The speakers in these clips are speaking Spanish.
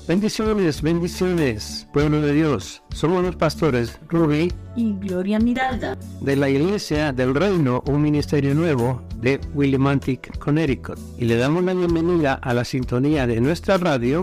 Bendiciones, bendiciones, pueblo de Dios. Somos los pastores Rubí y Gloria Miralda de la Iglesia del Reino, un ministerio nuevo de Willimantic, Connecticut. Y le damos la bienvenida a la sintonía de nuestra radio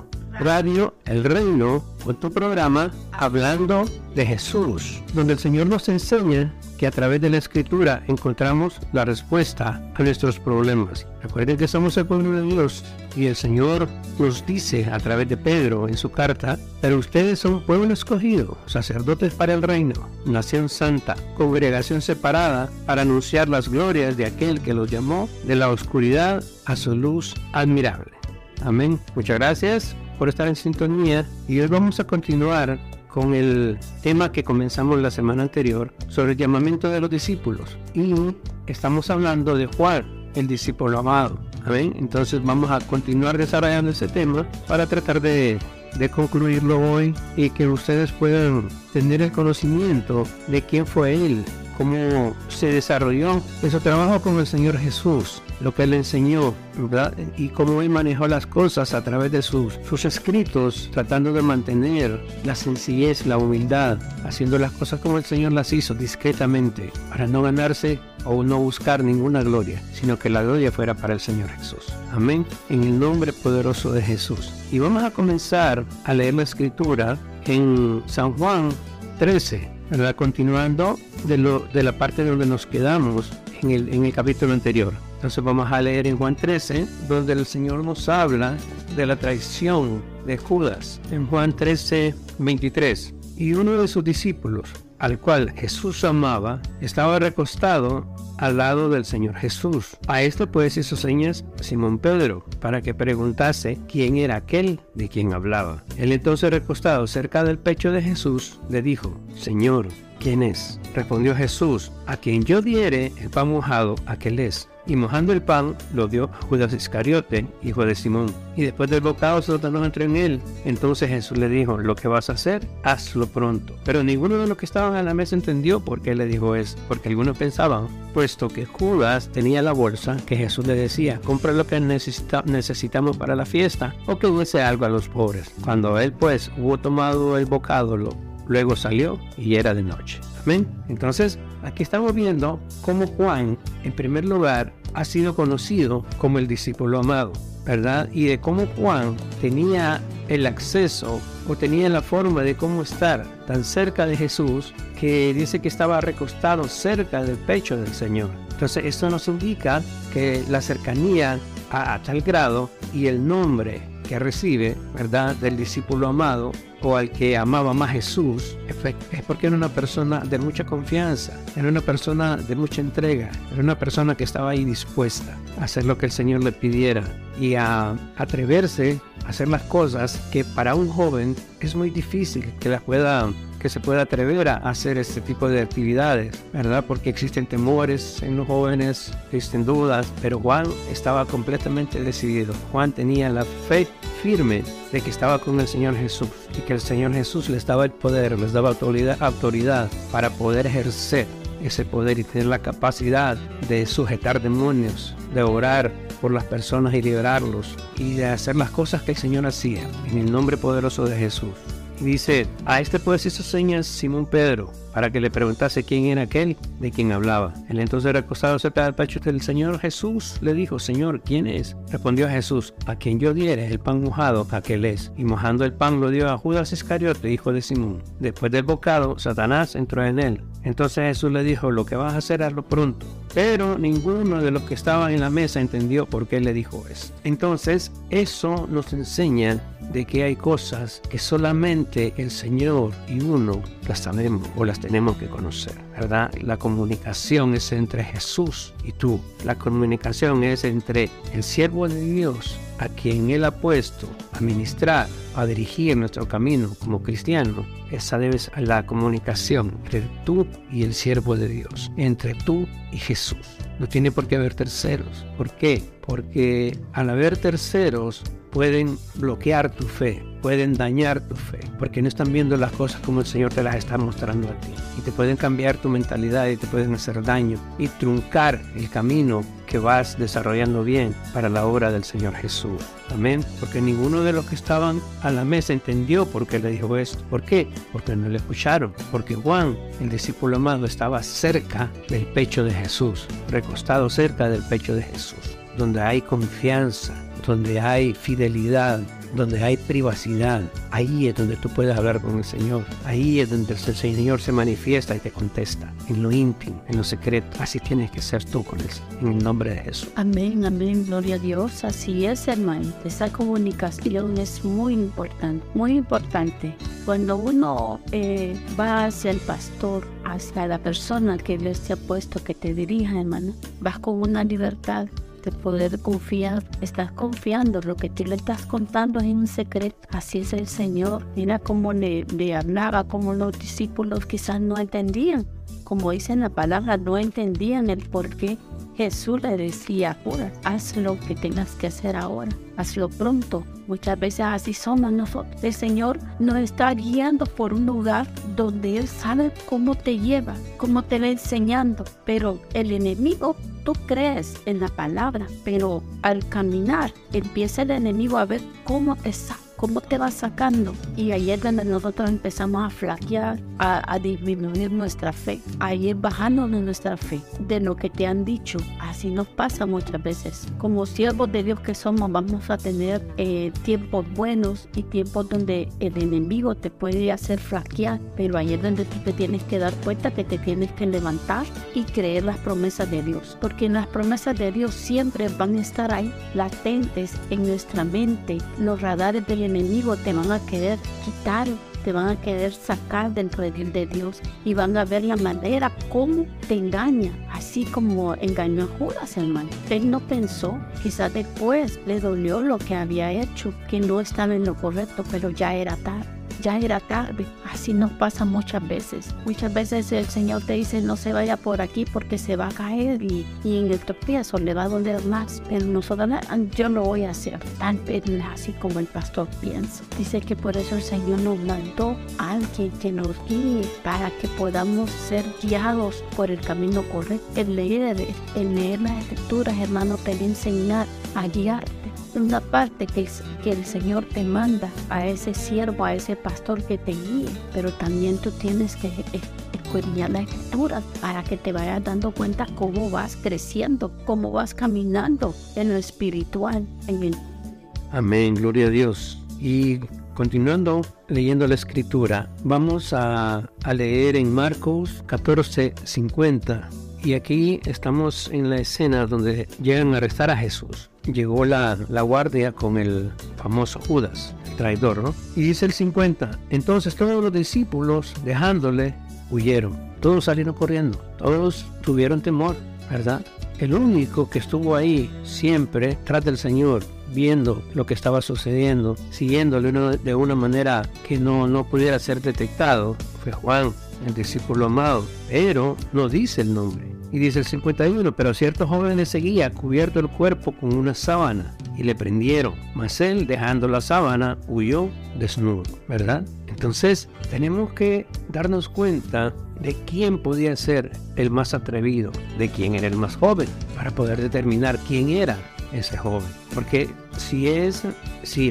El Reino, con tu programa Hablando de Jesús, donde el Señor nos enseña que a través de la Escritura encontramos la respuesta a nuestros problemas. Recuerden que somos el pueblo de Dios y el Señor nos dice a través de Pedro en su carta: pero ustedes son pueblo escogido, sacerdotes para el reino, nación santa, congregación separada para anunciar las glorias de aquel que los llamó de la oscuridad a su luz admirable. Amén. Muchas gracias por estar en sintonía y hoy vamos a continuar con el tema que comenzamos la semana anterior sobre el llamamiento de los discípulos, y estamos hablando de Juan, el discípulo amado. Amén. Entonces vamos a continuar desarrollando ese tema para tratar de concluirlo hoy y que ustedes puedan tener el conocimiento de quién fue él, cómo se desarrolló en su trabajo con el Señor Jesús, lo que él enseñó, ¿verdad? Y cómo él manejó las cosas a través de sus escritos, tratando de mantener la sencillez, la humildad, haciendo las cosas como el Señor las hizo, discretamente, para no ganarse o no buscar ninguna gloria, sino que la gloria fuera para el Señor Jesús. Amén. En el nombre poderoso de Jesús. Y vamos a comenzar a leer la Escritura en San Juan 13, ¿verdad? Continuando de la parte donde nos quedamos en el capítulo anterior. Entonces vamos a leer en Juan 13, donde el Señor nos habla de la traición de Judas. En Juan 13, 23. Y uno de sus discípulos, al cual Jesús amaba, estaba recostado al lado del Señor Jesús. A esto pues hizo señas Simón Pedro, para que preguntase quién era aquel de quien hablaba. Él entonces, recostado cerca del pecho de Jesús, le dijo: Señor, ¿quién es? Respondió Jesús: a quien yo diere el pan mojado, aquel es. Y mojando el pan, lo dio a Judas Iscariote, hijo de Simón. Y después del bocado, Satanás entró en él. Entonces Jesús le dijo: lo que vas a hacer, hazlo pronto. Pero ninguno de los que estaban a la mesa entendió por qué le dijo eso, porque algunos pensaban, puesto que Judas tenía la bolsa, que Jesús le decía: compra lo que necesitamos para la fiesta, o que hubiese algo a los pobres. Cuando él pues hubo tomado el bocado, luego salió y era de noche. Amén. Entonces, aquí estamos viendo cómo Juan, en primer lugar, ha sido conocido como el discípulo amado, ¿verdad? Y de cómo Juan tenía el acceso o tenía la forma de cómo estar tan cerca de Jesús, que dice que estaba recostado cerca del pecho del Señor. Entonces, esto nos indica que la cercanía a tal grado y el nombre que recibe, ¿verdad?, del discípulo amado, o al que amaba más Jesús, es porque era una persona de mucha confianza, era una persona de mucha entrega, era una persona que estaba ahí dispuesta a hacer lo que el Señor le pidiera y a atreverse a hacer las cosas que para un joven es muy difícil que se pueda atrever a hacer este tipo de actividades, ¿verdad? Porque existen temores en los jóvenes, existen dudas, pero Juan estaba completamente decidido. Juan tenía la fe firme de que estaba con el Señor Jesús y que el Señor Jesús les daba el poder, les daba autoridad para poder ejercer ese poder y tener la capacidad de sujetar demonios, de orar por las personas y liberarlos, y de hacer las cosas que el Señor hacía en el nombre poderoso de Jesús. Y dice: a este pues hizo señas Simón Pedro, para que le preguntase quién era aquel de quien hablaba. Él entonces, recostado cerca del pecho del Señor Jesús, le dijo: Señor, ¿quién es? Respondió Jesús: a quien yo diere el pan mojado, aquel es. Y mojando el pan lo dio a Judas Iscariote, hijo de Simón. Después del bocado, Satanás entró en él. Entonces Jesús le dijo: lo que vas a hacer, hazlo pronto. Pero ninguno de los que estaban en la mesa entendió por qué le dijo eso. Entonces, eso nos enseña de que hay cosas que solamente el Señor y uno las sabemos o las tenemos que conocer, ¿verdad? La comunicación es entre Jesús y tú. La comunicación es entre el siervo de Dios, a quien Él ha puesto a ministrar, a dirigir nuestro camino como cristianos. Esa debe ser la comunicación entre tú y el siervo de Dios, entre tú y Jesús. No tiene por qué haber terceros. ¿Por qué? Porque al haber terceros pueden bloquear tu fe, pueden dañar tu fe, porque no están viendo las cosas como el Señor te las está mostrando a ti. Y te pueden cambiar tu mentalidad y te pueden hacer daño y truncar el camino que que vas desarrollando bien para la obra del Señor Jesús. Amén. Porque ninguno de los que estaban a la mesa entendió por qué le dijo esto. ¿Por qué? Porque no le escucharon. Porque Juan, el discípulo amado, estaba cerca del pecho de Jesús, recostado cerca del pecho de Jesús, donde hay confianza, donde hay fidelidad, donde hay privacidad. Ahí es donde tú puedes hablar con el Señor. Ahí es donde el Señor se manifiesta y te contesta, en lo íntimo, en lo secreto. Así tienes que ser tú con Él, en el nombre de Jesús. Amén, amén, gloria a Dios. Así es, hermano. Esa comunicación es muy importante, muy importante. Cuando uno va hacia el pastor, hacia la persona que Dios te ha puesto que te dirija, hermano, vas con una libertad de poder confiar. Estás confiando, lo que tú le estás contando es un secreto. Así es el Señor. Mira cómo le hablaba, cómo los discípulos quizás no entendían. Como dice en la palabra, no entendían el por qué Jesús le decía, ahora, haz lo que tengas que hacer ahora, hazlo pronto. Muchas veces así somos nosotros. El Señor nos está guiando por un lugar donde Él sabe cómo te lleva, cómo te va enseñando. Pero el enemigo, tú crees en la palabra, pero al caminar empieza el enemigo a ver cómo te va sacando. Y ahí es donde nosotros empezamos a flaquear, a disminuir nuestra fe, a ir bajando de nuestra fe, de lo que te han dicho. Así nos pasa muchas veces. Como siervos de Dios que somos, vamos a tener tiempos buenos y tiempos donde el enemigo te puede hacer flaquear, pero ahí es donde tú te tienes que dar cuenta que te tienes que levantar y creer las promesas de Dios, porque las promesas de Dios siempre van a estar ahí, latentes en nuestra mente. Los radares del enemigo te van a querer quitar, te van a querer sacar del redil de Dios y van a ver la manera como te engaña, así como engañó a Judas, hermano. Él no pensó, quizás después le dolió lo que había hecho, que no estaba en lo correcto, pero ya era tarde. Ya era tarde. Así nos pasa muchas veces. Muchas veces el Señor te dice no se vaya por aquí porque se va a caer y en el tropiezo le va a doler más. Pero nosotros, yo lo voy a hacer. Tal vez no es así como el pastor piensa. Dice que por eso el Señor nos mandó a alguien que nos guíe para que podamos ser guiados por el camino correcto. El leer las escrituras, hermano, te va a enseñar a guiarte. Una parte que el Señor te manda a ese siervo, a ese pastor que te guíe, pero también tú tienes que escudriñar las escrituras para que te vayas dando cuenta cómo vas creciendo, cómo vas caminando en lo espiritual. Amén, gloria a Dios. Y continuando leyendo la escritura, vamos a leer en Marcos 14:50. Y aquí estamos en la escena donde llegan a arrestar a Jesús. Llegó la guardia con el famoso Judas, el traidor, ¿no? Y dice el 50, entonces todos los discípulos, dejándole, huyeron. Todos salieron corriendo, todos tuvieron temor, ¿verdad? El único que estuvo ahí siempre tras del Señor, viendo lo que estaba sucediendo, siguiéndole de una manera que no pudiera ser detectado, fue Juan, el discípulo amado, pero no dice el nombre. Y dice el 51, pero cierto joven le seguía, cubierto el cuerpo con una sábana, y le prendieron. Mas él, dejando la sábana, huyó desnudo, ¿verdad? Entonces, tenemos que darnos cuenta de quién podía ser el más atrevido, de quién era el más joven, para poder determinar quién era ese joven. Porque si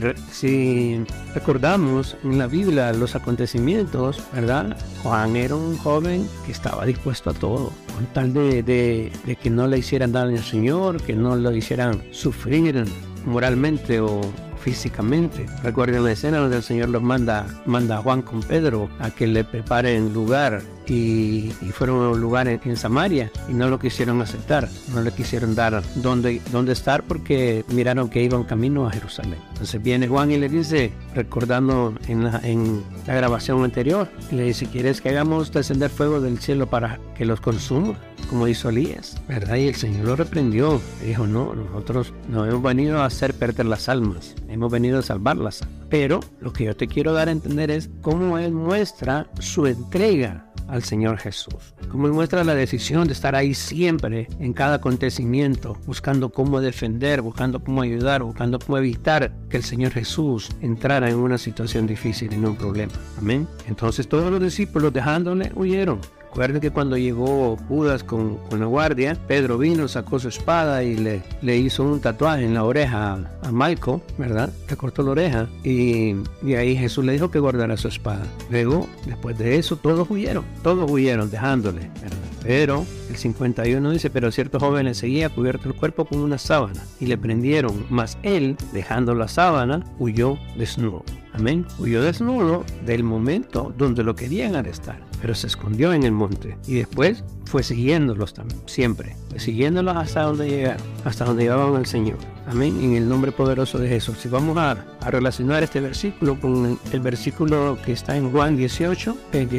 recordamos en la Biblia los acontecimientos, ¿verdad? Juan era un joven que estaba dispuesto a todo, con tal de que no le hicieran daño al Señor, que no lo hicieran sufrir moralmente o físicamente. Recuerden la escena donde el Señor los manda a Juan con Pedro a que le preparen lugar y fueron a un lugar en Samaria y no lo quisieron aceptar, no le quisieron dar dónde estar porque miraron que iban camino a Jerusalén. Entonces viene Juan y le dice, recordando en la grabación anterior, y le dice, ¿quieres que hagamos descender fuego del cielo para que los consuma? Como hizo Elías, ¿verdad? Y el Señor lo reprendió. Le dijo, no, nosotros no hemos venido a hacer perder las almas, hemos venido a salvarlas. Pero lo que yo te quiero dar a entender es cómo Él muestra su entrega al Señor Jesús. Cómo Él muestra la decisión de estar ahí siempre en cada acontecimiento, buscando cómo defender, buscando cómo ayudar, buscando cómo evitar que el Señor Jesús entrara en una situación difícil, en un problema. Amén. Entonces todos los discípulos dejándole huyeron. Recuerden que cuando llegó Judas con la guardia, Pedro vino, sacó su espada y le hizo un tatuaje en la oreja a Malco, ¿verdad? Le cortó la oreja y ahí Jesús le dijo que guardara su espada. Luego, después de eso, todos huyeron dejándole, ¿verdad? Pero el 51 dice, pero cierto joven le seguía cubierto el cuerpo con una sábana y le prendieron, mas él, dejando la sábana, huyó desnudo. Amén. Huyó desnudo del momento donde lo querían arrestar, pero se escondió en el monte y después fue siguiéndolos también, siempre, fue siguiéndolos hasta donde llegaron, hasta donde llevaban al Señor. Amén. En el nombre poderoso de Jesús. Si vamos a relacionar este versículo con el versículo que está en Juan 18,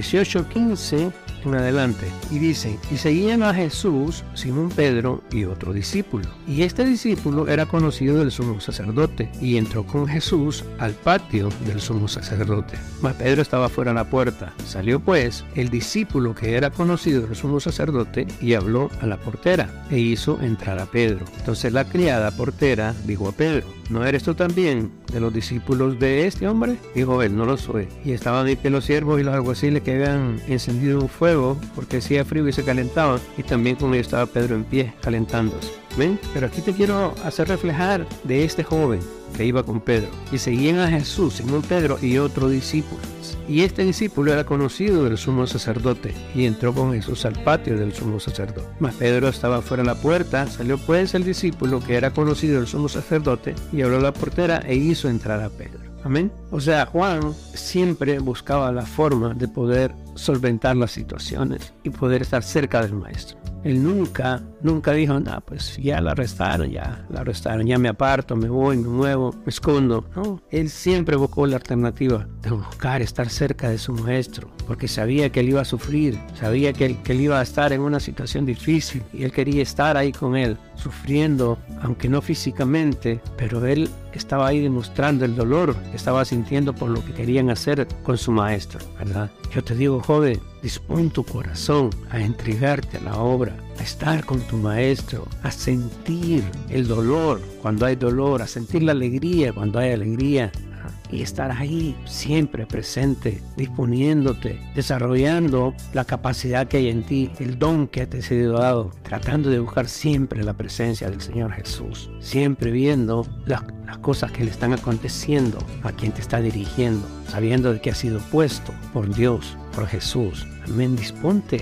15 en adelante, y dice, y seguían a Jesús Simón Pedro y otro discípulo, y este discípulo era conocido del sumo sacerdote, y entró con Jesús al patio del sumo sacerdote, mas Pedro estaba fuera a la puerta. Salió pues el discípulo que era conocido del sumo sacerdote y habló a la portera e hizo entrar a Pedro. Entonces la criada portera dijo a Pedro, ¿no eres tú también de los discípulos de este hombre? Dijo él, no lo soy. Y estaban de pie los siervos y los alguaciles que habían encendido un fuego porque hacía frío y se calentaban, y también con ellos estaba Pedro en pie calentándose. ¿Ven? Pero aquí te quiero hacer reflejar de este joven que iba con Pedro, y seguían a Jesús, Simón Pedro y otro discípulo. Y este discípulo era conocido del sumo sacerdote, y entró con Jesús al patio del sumo sacerdote. Mas Pedro estaba fuera de la puerta. Salió pues el discípulo que era conocido del sumo sacerdote y abrió la portera e hizo entrar a Pedro. Amén. O sea, Juan siempre buscaba la forma de poder solventar las situaciones y poder estar cerca del maestro. Él nunca dijo, no, pues ya la arrestaron, ya me aparto, me voy, me muevo, me escondo. No, él siempre buscó la alternativa de buscar estar cerca de su maestro, porque sabía que él iba a sufrir, sabía que él iba a estar en una situación difícil, y él quería estar ahí con él, sufriendo, aunque no físicamente, pero él estaba ahí demostrando el dolor que estaba sintiendo por lo que querían hacer con su maestro, ¿verdad? Yo te digo, joven, dispón tu corazón a entregarte a la obra, a estar con tu maestro, a sentir el dolor cuando hay dolor, a sentir la alegría cuando hay alegría, y estar ahí siempre presente, disponiéndote, desarrollando la capacidad que hay en ti, el don que te ha sido dado, tratando de buscar siempre la presencia del Señor Jesús, siempre viendo las cosas que le están aconteciendo a quien te está dirigiendo, sabiendo de que has sido puesto por Dios, por Jesús. Amén. Disponte,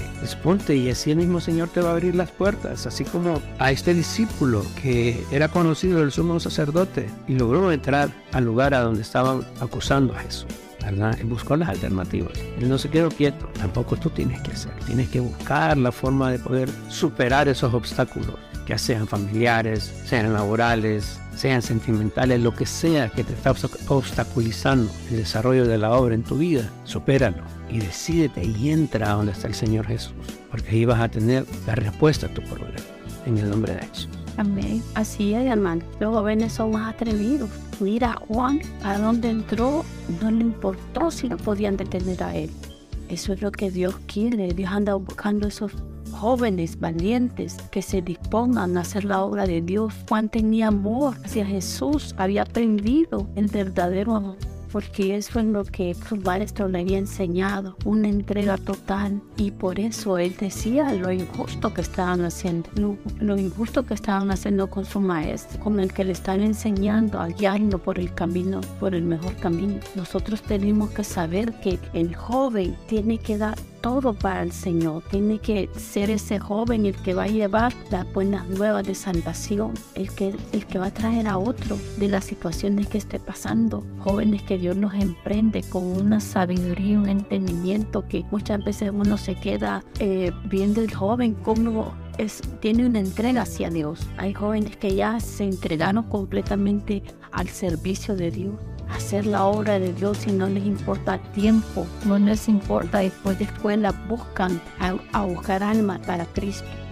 y así el mismo Señor te va a abrir las puertas, así como a este discípulo que era conocido del sumo sacerdote y logró entrar al lugar a donde estaban acusando a Jesús, ¿verdad? Él buscó las alternativas. Él no se quedó quieto. Tampoco tú tienes que hacer. Tienes que buscar la forma de poder superar esos obstáculos, ya sean familiares, sean laborales, sean sentimentales, lo que sea que te está obstaculizando el desarrollo de la obra en tu vida. Supéralo y decídete y entra a donde está el Señor Jesús, porque ahí vas a tener la respuesta a tu problema, en el nombre de Jesús. Amén. Así es, hermano. Los jóvenes son más atrevidos. Mira, Juan, a donde entró, no le importó si no podían detener a él. Eso es lo que Dios quiere. Dios anda buscando esos jóvenes valientes que se dispongan a hacer la obra de Dios. Juan tenía amor hacia Jesús, había aprendido el verdadero amor, porque eso es lo que su maestro le había enseñado, una entrega total, y por eso él decía lo injusto que estaban haciendo, lo injusto que estaban haciendo con su maestro, con el que le están enseñando a guiarlo por el camino, por el mejor camino. Nosotros tenemos que saber que el joven tiene que dar todo para el Señor, tiene que ser ese joven el que va a llevar las buenas nuevas de salvación, el que va a traer a otro de las situaciones que esté pasando. Jóvenes que Dios nos emprende con una sabiduría, un entendimiento, que muchas veces uno se queda viendo el joven como tiene una entrega hacia Dios. Hay jóvenes que ya se entregaron completamente al servicio de Dios, hacer la obra de Dios, y no les importa tiempo, no les importa después de escuela, buscan a buscar almas para Cristo.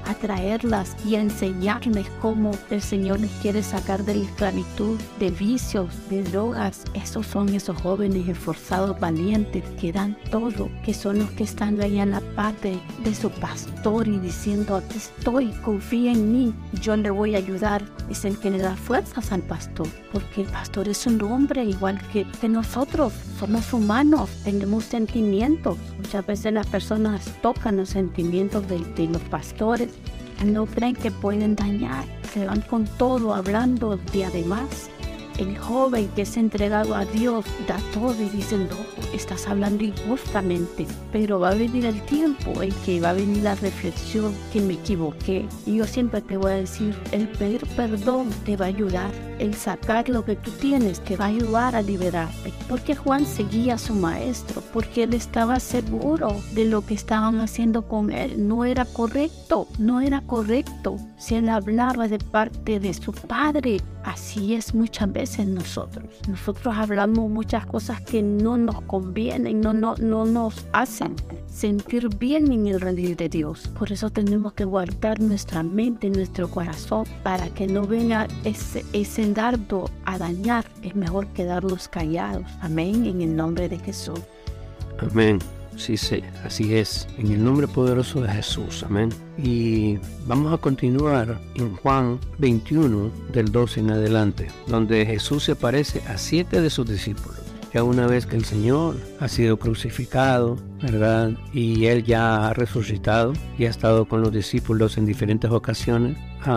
a traerlas y a enseñarles cómo el Señor les quiere sacar de la esclavitud, de vicios, de drogas. Esos son esos jóvenes esforzados, valientes, que dan todo, que son los que están ahí en la parte de su pastor y diciendo, aquí estoy, confía en mí, yo le voy a ayudar. Es el que le da fuerzas al pastor, porque el pastor es un hombre igual que nosotros, somos humanos, tenemos sentimientos. Muchas veces las personas tocan los sentimientos de los pastores, no creen que pueden dañar, se van con todo hablando y además el joven que es entregado a Dios da todo y dice, no, estás hablando injustamente, pero va a venir el tiempo en que va a venir la reflexión que me equivoqué. Y yo siempre te voy a decir, el pedir perdón te va a ayudar, el sacar lo que tú tienes te va a ayudar a liberarte. Porque Juan seguía a su maestro, porque él estaba seguro de lo que estaban haciendo con él. No era correcto, no era correcto. Si él hablaba de parte de su padre, así es muchas veces nosotros. Nosotros hablamos muchas cosas que no nos convienen, no nos hacen sentir bien en el redil de Dios. Por eso tenemos que guardar nuestra mente, nuestro corazón, para que no venga ese dardo a dañar. Es mejor quedarnos callados. Amén, en el nombre de Jesús. Amén. Sí, así es, en el nombre poderoso de Jesús, amén. Y vamos a continuar en Juan 21, del 12 en adelante, donde Jesús se aparece a 7 de sus discípulos. Ya una vez que el Señor ha sido crucificado, ¿verdad? Y Él ya ha resucitado y ha estado con los discípulos en diferentes ocasiones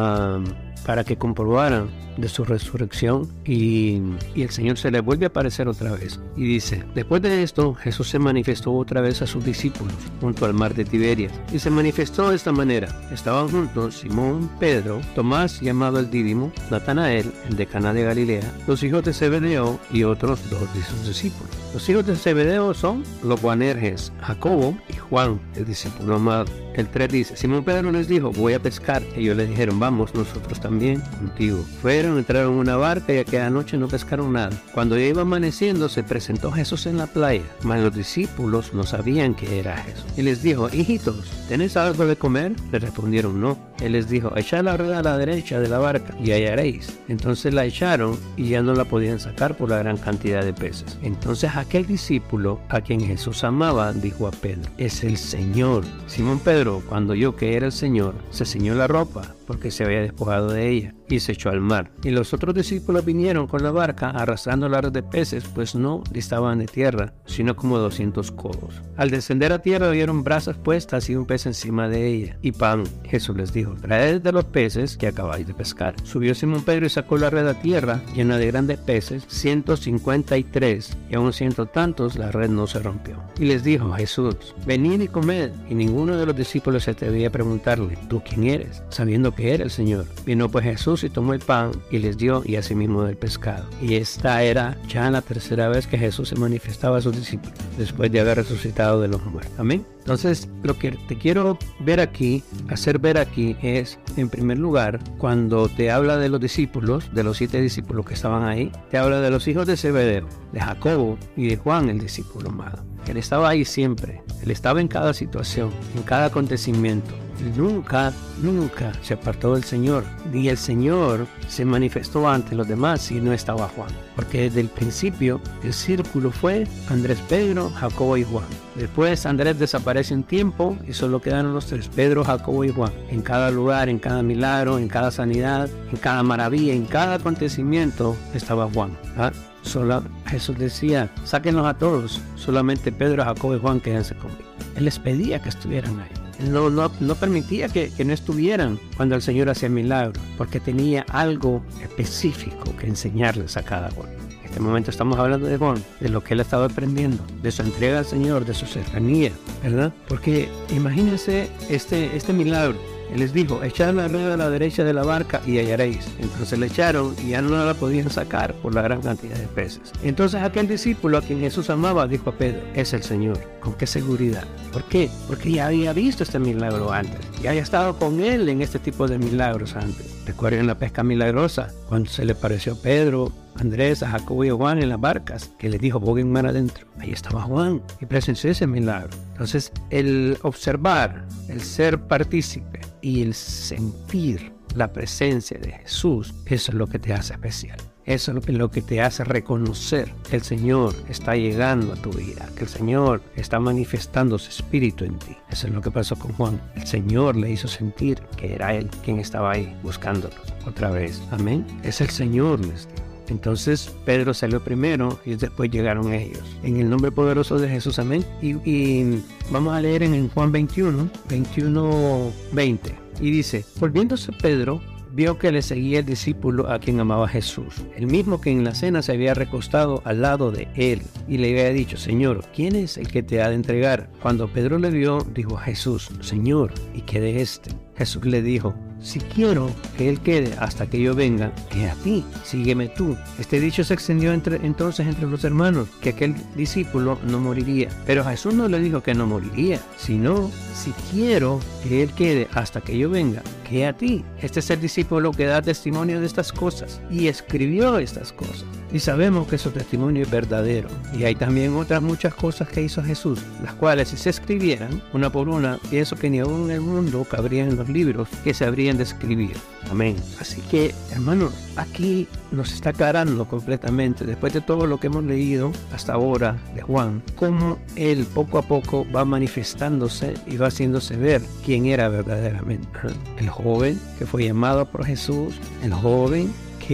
para que comprobaran de su resurrección, y el Señor se le vuelve a aparecer otra vez y dice, después de esto Jesús se manifestó otra vez a sus discípulos junto al mar de Tiberias, y se manifestó de esta manera: estaban juntos Simón, Pedro, Tomás llamado el Dídimo, Natanael, el de Caná de Galilea, los hijos de Zebedeo y otros 2 de sus discípulos. Los hijos de Zebedeo son los Boanerges, Jacobo y Juan, el discípulo amado. El 3 dice, Simón Pedro les dijo, voy a pescar. Ellos le dijeron, vamos nosotros también contigo. Entraron en una barca y aquella noche no pescaron nada. Cuando ya iba amaneciendo, se presentó Jesús en la playa, mas los discípulos no sabían que era Jesús. Y les dijo, hijitos, ¿tenéis algo de comer? Le respondieron, no. Él les dijo, echad la red a la derecha de la barca y hallaréis. Entonces la echaron y ya no la podían sacar por la gran cantidad de peces. Entonces aquel discípulo a quien Jesús amaba dijo a Pedro, es el Señor. Simón Pedro, cuando oyó que era el Señor, se ciñó la ropa porque se había despojado de ella y se echó al mar. Y los otros discípulos vinieron con la barca arrastrando la red de peces, pues no estaban de tierra, sino como 200 codos. Al descender a tierra vieron brasas puestas y un pez encima de ella, y pan. Jesús les dijo, traed de los peces que acabáis de pescar. Subió Simón Pedro y sacó la red a tierra, llena de grandes peces, 153, y aun siendo tantos, la red no se rompió. Y les dijo Jesús, venid y comed. Y ninguno de los discípulos se atrevía a preguntarle, ¿tú quién eres?, sabiendo que era el Señor. Vino pues Jesús y tomó el pan y les dio, y asimismo del pescado. Y esta era ya la tercera vez que Jesús se manifestaba a sus discípulos, después de haber resucitado de los muertos. Amén. Entonces, lo que te quiero hacer ver aquí es, en primer lugar, cuando te habla de los discípulos, de los 7 discípulos que estaban ahí, te habla de los hijos de Zebedeo, de Jacobo y de Juan, el discípulo amado. Él estaba ahí siempre, él estaba en cada situación, en cada acontecimiento. Nunca se apartó del Señor, ni el Señor se manifestó ante los demás si no estaba Juan, porque desde el principio el círculo fue Andrés, Pedro, Jacobo y Juan. Después Andrés desaparece un tiempo y solo quedaron los 3, Pedro, Jacobo y Juan. En cada lugar, en cada milagro, en cada sanidad, en cada maravilla, en cada acontecimiento estaba Juan. Solo Jesús decía, sáquenlos a todos, solamente Pedro, Jacobo y Juan quédense conmigo. Él les pedía que estuvieran ahí. Él no permitía que no estuvieran cuando el Señor hacía milagros, porque tenía algo específico que enseñarles a cada uno. En este momento estamos hablando de Juan, de lo que él estaba aprendiendo, de su entrega al Señor, de su cercanía, ¿verdad? Porque imagínense este milagro. Él les dijo, echad la red a la derecha de la barca y hallaréis. Entonces le echaron y ya no la podían sacar por la gran cantidad de peces. Entonces aquel discípulo a quien Jesús amaba dijo a Pedro, es el Señor. ¿Con qué seguridad? ¿Por qué? Porque ya había visto este milagro antes. Ya había estado con él en este tipo de milagros antes. Recuerden la pesca milagrosa, cuando se le pareció a Pedro, Andrés, a Jacobo y a Juan en las barcas, que les dijo, boguen mar adentro. Ahí estaba Juan y presenció ese milagro. Entonces, el observar, el ser partícipe Y el sentir la presencia de Jesús, eso es lo que te hace especial. Eso es lo que te hace reconocer que el Señor está llegando a tu vida, que el Señor está manifestando su espíritu en ti. Eso es lo que pasó con Juan. El Señor le hizo sentir que era Él quien estaba ahí buscándolo otra vez. Amén. Es el Señor, les digo. Entonces Pedro salió primero y después llegaron ellos. En el nombre poderoso de Jesús, amén. Y vamos a leer en Juan 21, 20. Y dice, volviéndose Pedro, vio que le seguía el discípulo a quien amaba Jesús, el mismo que en la cena se había recostado al lado de él, y le había dicho, Señor, ¿quién es el que te ha de entregar? Cuando Pedro le vio, dijo a Jesús, Señor, ¿y qué de este? Jesús le dijo, si quiero que él quede hasta que yo venga, que a ti, sígueme tú. Este dicho se extendió entonces entre los hermanos, que aquel discípulo no moriría. Pero Jesús no le dijo que no moriría, sino, si quiero que él quede hasta que yo venga, que a ti. Este es el discípulo que da testimonio de estas cosas y escribió estas cosas. Y sabemos que su testimonio es verdadero. Y hay también otras muchas cosas que hizo Jesús, las cuales si se escribieran una por una, pienso que ni aún en el mundo cabrían en los libros que se habrían de escribir. Amén. Así que, hermanos, aquí nos está aclarando completamente, después de todo lo que hemos leído hasta ahora de Juan, cómo él poco a poco va manifestándose y va haciéndose ver quién era verdaderamente. El joven que fue llamado por Jesús, el joven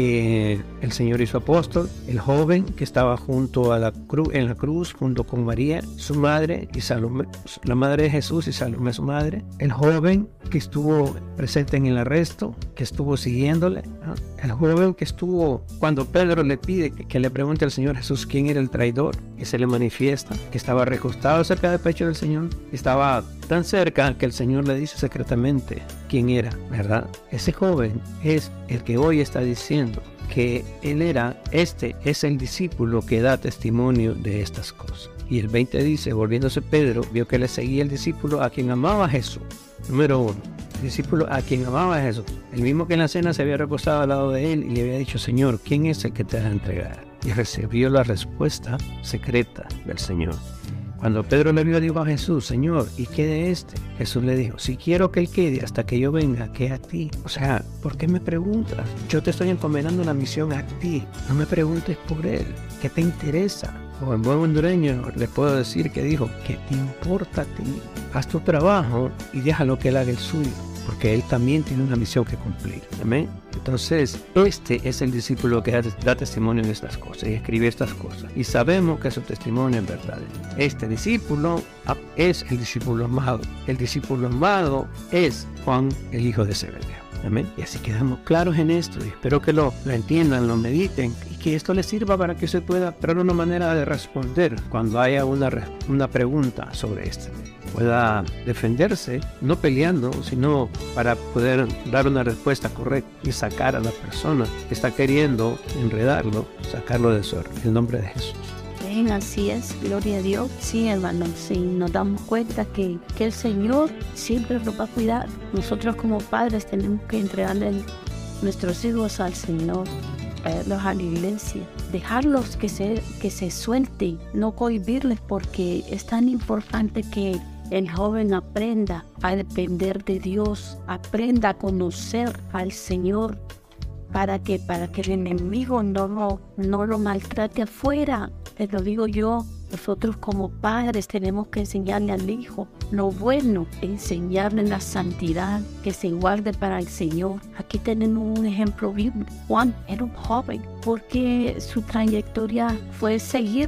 que el Señor hizo apóstol, el joven que estaba junto a en la cruz junto con María, su madre, y Salomé, la madre de Jesús, y Salomé su madre, el joven que estuvo presente en el arresto, que estuvo siguiéndole, ¿no? El joven que estuvo cuando Pedro le pide que le pregunte al Señor Jesús quién era el traidor, que se le manifiesta, que estaba recostado cerca del pecho del Señor, estaba tan cerca que el Señor le dice secretamente quién era, ¿verdad? Ese joven es el que hoy está diciendo que él era, este es el discípulo que da testimonio de estas cosas. Y el 20 dice, volviéndose Pedro, vio que le seguía el discípulo a quien amaba a Jesús. Número 1, el discípulo a quien amaba a Jesús, el mismo que en la cena se había recostado al lado de él y le había dicho, Señor, ¿quién es el que te va a entregar? Y recibió la respuesta secreta del Señor. Cuando Pedro le vio, dijo a Jesús, Señor, ¿y qué de este? Jesús le dijo, si quiero que él quede hasta que yo venga, ¿qué a ti? O sea, ¿por qué me preguntas? Yo te estoy encomendando una misión a ti. No me preguntes por él. ¿Qué te interesa? O en buen hondureño le puedo decir que dijo, ¿qué te importa a ti? Haz tu trabajo y déjalo que él haga el suyo, porque él también tiene una misión que cumplir. Amén. Entonces, este es el discípulo que da testimonio de estas cosas y escribe estas cosas. Y sabemos que su testimonio es verdadero. Este discípulo es el discípulo amado. El discípulo amado es Juan, el hijo de Zebedeo. Amén. Y así quedamos claros en esto. Y espero que lo entiendan, lo mediten y que esto les sirva para que se pueda dar una manera de responder cuando haya una pregunta sobre esto. Pueda defenderse, no peleando, sino para poder dar una respuesta correcta y sacar a la persona que está queriendo enredarlo, sacarlo de su error. En el nombre de Jesús. Bien, así es, gloria a Dios. Sí, hermanos, sí, nos damos cuenta que el Señor siempre nos va a cuidar. Nosotros como padres tenemos que entregarle nuestros hijos al Señor, traerlos a la iglesia, dejarlos que se suelten, no cohibirles, porque es tan importante que el joven aprenda a depender de Dios, aprenda a conocer al Señor, para que el enemigo no lo maltrate afuera. Te lo digo yo, nosotros como padres tenemos que enseñarle al hijo lo bueno, enseñarle la santidad, que se guarde para el Señor. Aquí tenemos un ejemplo bíblico. Juan era un joven, porque su trayectoria fue seguir,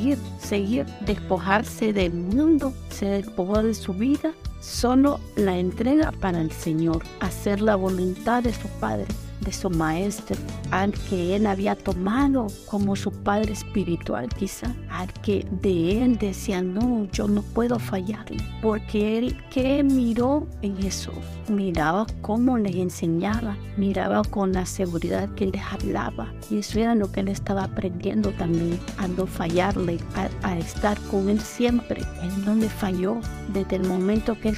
despojarse del mundo, se despojó de su vida, solo la entrega para el Señor, hacer la voluntad de su Padre, de su maestro, al que él había tomado como su padre espiritual, quizá, al que de él decía, no, yo no puedo fallarle, porque él que miró en Jesús, miraba cómo les enseñaba, miraba con la seguridad que les hablaba, y eso era lo que él estaba aprendiendo también, a no fallarle, a estar con él siempre. Él no le falló desde el momento que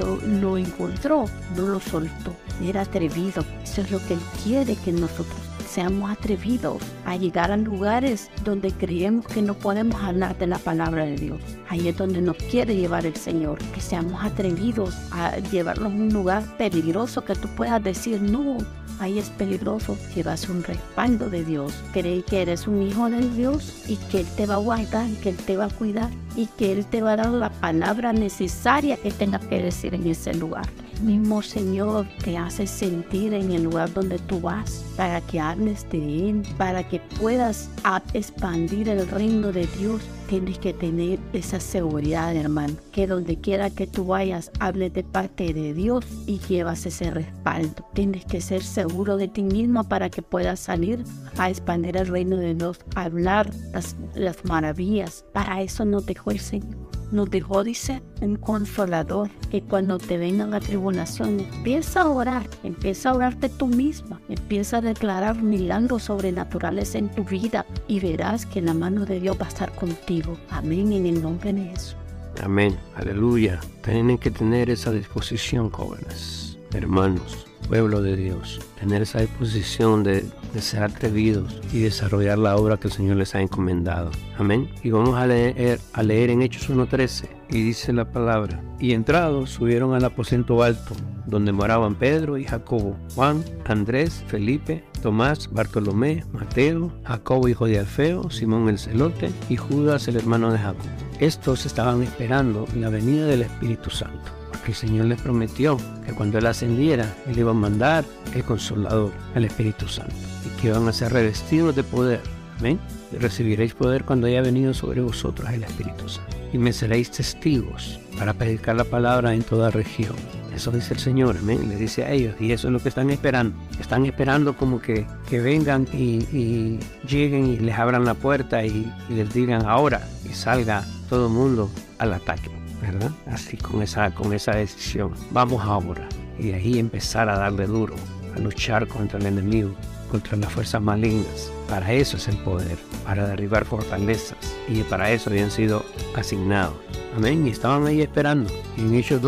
lo encontró, no lo soltó. Era atrevido. Eso es lo que él quiere que nosotros seamos atrevidos a llegar a lugares donde creemos que no podemos hablar de la palabra de Dios. Ahí es donde nos quiere llevar el Señor, que seamos atrevidos a llevarnos a un lugar peligroso que tú puedas decir, no, ahí es peligroso. Llevas un respaldo de Dios, cree que eres un hijo de Dios y que Él te va a guardar, que Él te va a cuidar y que Él te va a dar la palabra necesaria que tengas que decir en ese lugar. El mismo Señor te hace sentir en el lugar donde tú vas para que hables de Él, para que puedas expandir el reino de Dios. Tienes que tener esa seguridad, hermano, que donde quiera que tú vayas, hables de parte de Dios y llevas ese respaldo. Tienes que ser seguro de ti mismo para que puedas salir a expandir el reino de Dios, a hablar las maravillas. Para eso nos dejó el Señor. Nos dejó, dice, un consolador, que cuando te vengan las tribulaciones, empieza a orarte tú misma, empieza a declarar milagros sobrenaturales en tu vida y verás que la mano de Dios va a estar contigo. Amén, en el nombre de Jesús. Amén, aleluya. Tienen que tener esa disposición, jóvenes, hermanos, pueblo de Dios, tener esa disposición de ser atrevidos y desarrollar la obra que el Señor les ha encomendado. Amén. Y vamos a leer en Hechos 1:13, y dice la palabra: y entrados subieron al aposento alto, donde moraban Pedro y Jacobo, Juan, Andrés, Felipe, Tomás, Bartolomé, Mateo, Jacobo hijo de Alfeo, Simón el celote y Judas el hermano de Jacobo. Estos estaban esperando la venida del Espíritu Santo, porque el Señor les prometió que cuando Él ascendiera, Él iba a mandar el Consolador, el Espíritu Santo, y que iban a ser revestidos de poder. Amén. Y recibiréis poder cuando haya venido sobre vosotros el Espíritu Santo, y me seréis testigos para predicar la palabra en toda región. Eso dice el Señor, amén, le dice a ellos, y eso es lo que están esperando. Están esperando como que vengan y lleguen y les abran la puerta y les digan ahora, y salga todo el mundo al ataque, ¿verdad? Así con esa decisión. Vamos ahora, y de ahí empezar a darle duro, a luchar contra el enemigo, contra las fuerzas malignas. Para eso es el poder, para derribar fortalezas, y para eso habían sido asignados. Amén, y estaban ahí esperando. Y en Hechos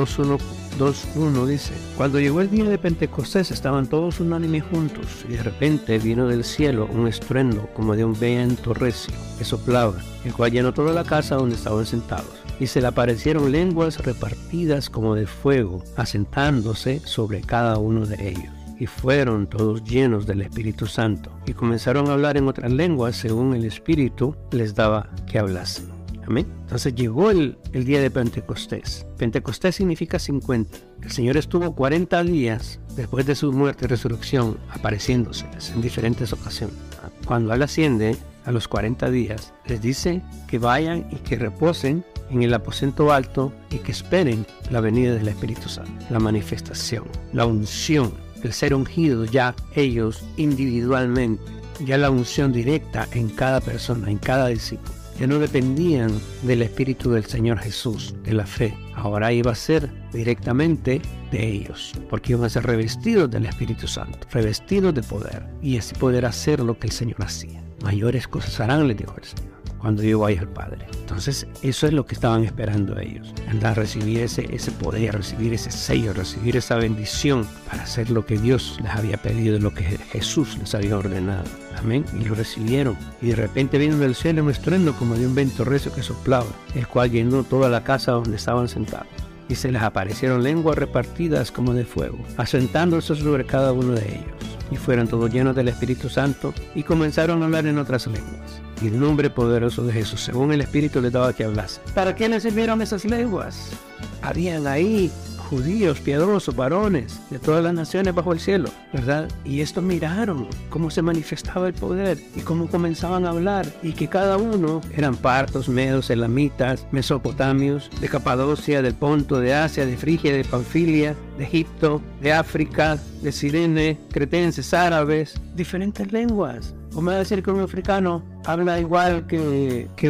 2:1 dice: cuando llegó el día de Pentecostés, estaban todos unánimes juntos, y de repente vino del cielo un estruendo como de un viento recio que soplaba, el cual llenó toda la casa donde estaban sentados. Y se le aparecieron lenguas repartidas como de fuego, asentándose sobre cada uno de ellos. Y fueron todos llenos del Espíritu Santo, y comenzaron a hablar en otras lenguas según el Espíritu les daba que hablasen. Amén. Entonces llegó el día de Pentecostés. Pentecostés significa 50. El Señor estuvo 40 días después de su muerte y resurrección apareciéndoseles en diferentes ocasiones. Cuando Él asciende a los 40 días, les dice que vayan y que reposen en el aposento alto y que esperen la venida del Espíritu Santo, la manifestación, la unción, el ser ungidos ya ellos individualmente, ya la unción directa en cada persona, en cada discípulo. Ya no dependían del Espíritu del Señor Jesús, de la fe. Ahora iba a ser directamente de ellos, porque iban a ser revestidos del Espíritu Santo, revestidos de poder, y así poder hacer lo que el Señor hacía. Mayores cosas harán, les dijo el Señor, cuando yo vaya al Padre. Entonces, eso es lo que estaban esperando ellos, andar, recibir ese poder, recibir ese sello, recibir esa bendición para hacer lo que Dios les había pedido, lo que Jesús les había ordenado. Amén. Y lo recibieron. Y de repente vino del cielo un estruendo como de un viento recio que soplaba, el cual llenó toda la casa donde estaban sentados. Y se les aparecieron lenguas repartidas como de fuego, asentándose sobre cada uno de ellos. Y fueron todos llenos del Espíritu Santo y comenzaron a hablar en otras lenguas. Y el nombre poderoso de Jesús, según el Espíritu, les daba que hablase. ¿Para qué les sirvieron esas lenguas? Habían ahí judíos, piadosos, varones de todas las naciones bajo el cielo, ¿verdad? Y estos miraron cómo se manifestaba el poder y cómo comenzaban a hablar, y que cada uno eran partos, medos, elamitas, mesopotamios, de Capadocia, del Ponto, de Asia, de Frigia, de Panfilia, de Egipto, de África, de Cirene, cretenses, árabes, diferentes lenguas. ¿Cómo va a decir que un africano habla igual que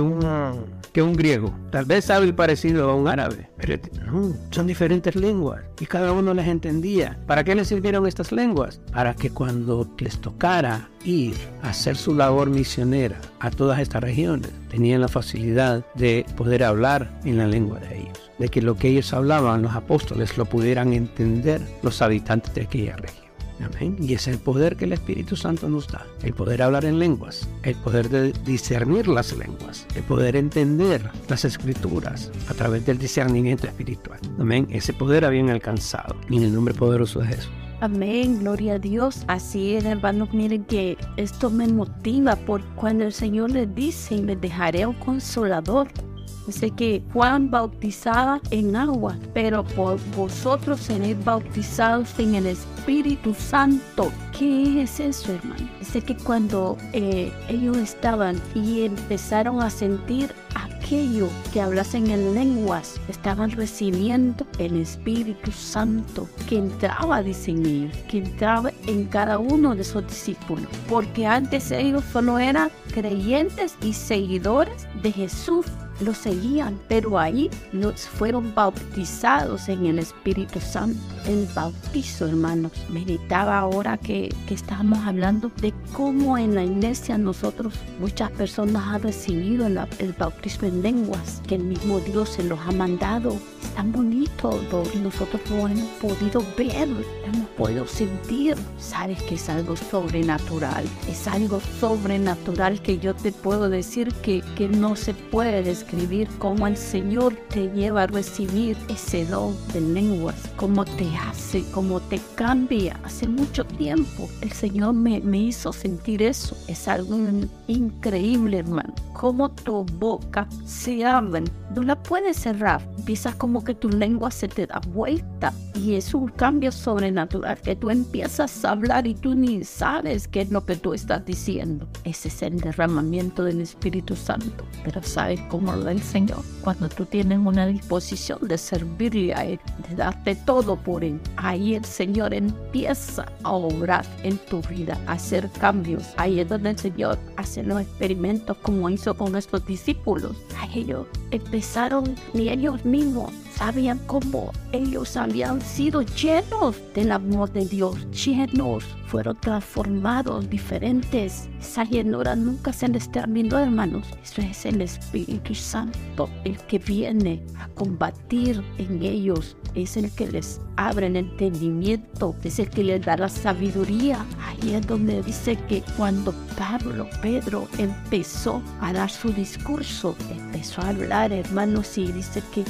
un griego? Tal vez hable parecido a un árabe, pero no, son diferentes lenguas y cada uno las entendía. ¿Para qué les sirvieron estas lenguas? Para que cuando les tocara ir a hacer su labor misionera a todas estas regiones, tenían la facilidad de poder hablar en la lengua de ellos, de que lo que ellos hablaban, los apóstoles, lo pudieran entender los habitantes de aquella región. Amén. Y es el poder que el Espíritu Santo nos da. El poder hablar en lenguas, el poder de discernir las lenguas, el poder entender las escrituras a través del discernimiento espiritual. Amén. Ese poder habían alcanzado en el nombre poderoso de Jesús. Amén, gloria a Dios. Así es, hermanos, miren que esto me motiva por cuando el Señor les dice, les dejaré un consolador. Dice que Juan bautizaba en agua, pero por vosotros seréis bautizados en el Espíritu Santo. ¿Qué es eso, hermano? Dice que cuando ellos estaban y empezaron a sentir aquello que hablasen en lenguas, estaban recibiendo el Espíritu Santo que entraba, dicen ellos, que entraba en cada uno de esos discípulos, porque antes ellos solo eran creyentes y seguidores de Jesús, lo seguían, pero ahí los fueron bautizados en el Espíritu Santo. El bautizo, hermanos, meditaba ahora que estábamos hablando de cómo en la iglesia nosotros, muchas personas han recibido el bautismo en lenguas, que el mismo Dios se los ha mandado. Es tan bonito, nosotros lo hemos podido ver, hemos podido sentir. Sabes que es algo sobrenatural, es algo sobrenatural que yo te puedo decir que no se puede describir, cómo el Señor te lleva a recibir ese don de lenguas, cómo te hace, cómo te cambia. Hace mucho tiempo el Señor me hizo sentir eso. Es algo increíble, hermano, cómo tu boca se abre, no la puedes cerrar, empiezas como que tu lengua se te da vuelta y es un cambio sobrenatural que tú empiezas a hablar y tú ni sabes qué es lo que tú estás diciendo. Ese es el derramamiento del Espíritu Santo. Pero ¿sabes cómo lo da el Señor? Cuando tú tienes una disposición de servirle a Él, de darte todo por Él, ahí el Señor empieza a obrar en tu vida, a hacer cambios. Ahí es donde el Señor hace los experimentos como hizo con nuestros discípulos. A ellos empezaron, ni ellos mismos sabían cómo ellos habían sido llenos del amor de Dios, llenos, fueron transformados, diferentes. Esa llenura nunca se les terminó, hermanos. Eso es el Espíritu Santo, el que viene a combatir en ellos. Es el que les abre el entendimiento, es el que les da la sabiduría. Ahí es donde dice que cuando Pedro empezó a dar su discurso, empezó a hablar, hermanos, y dice que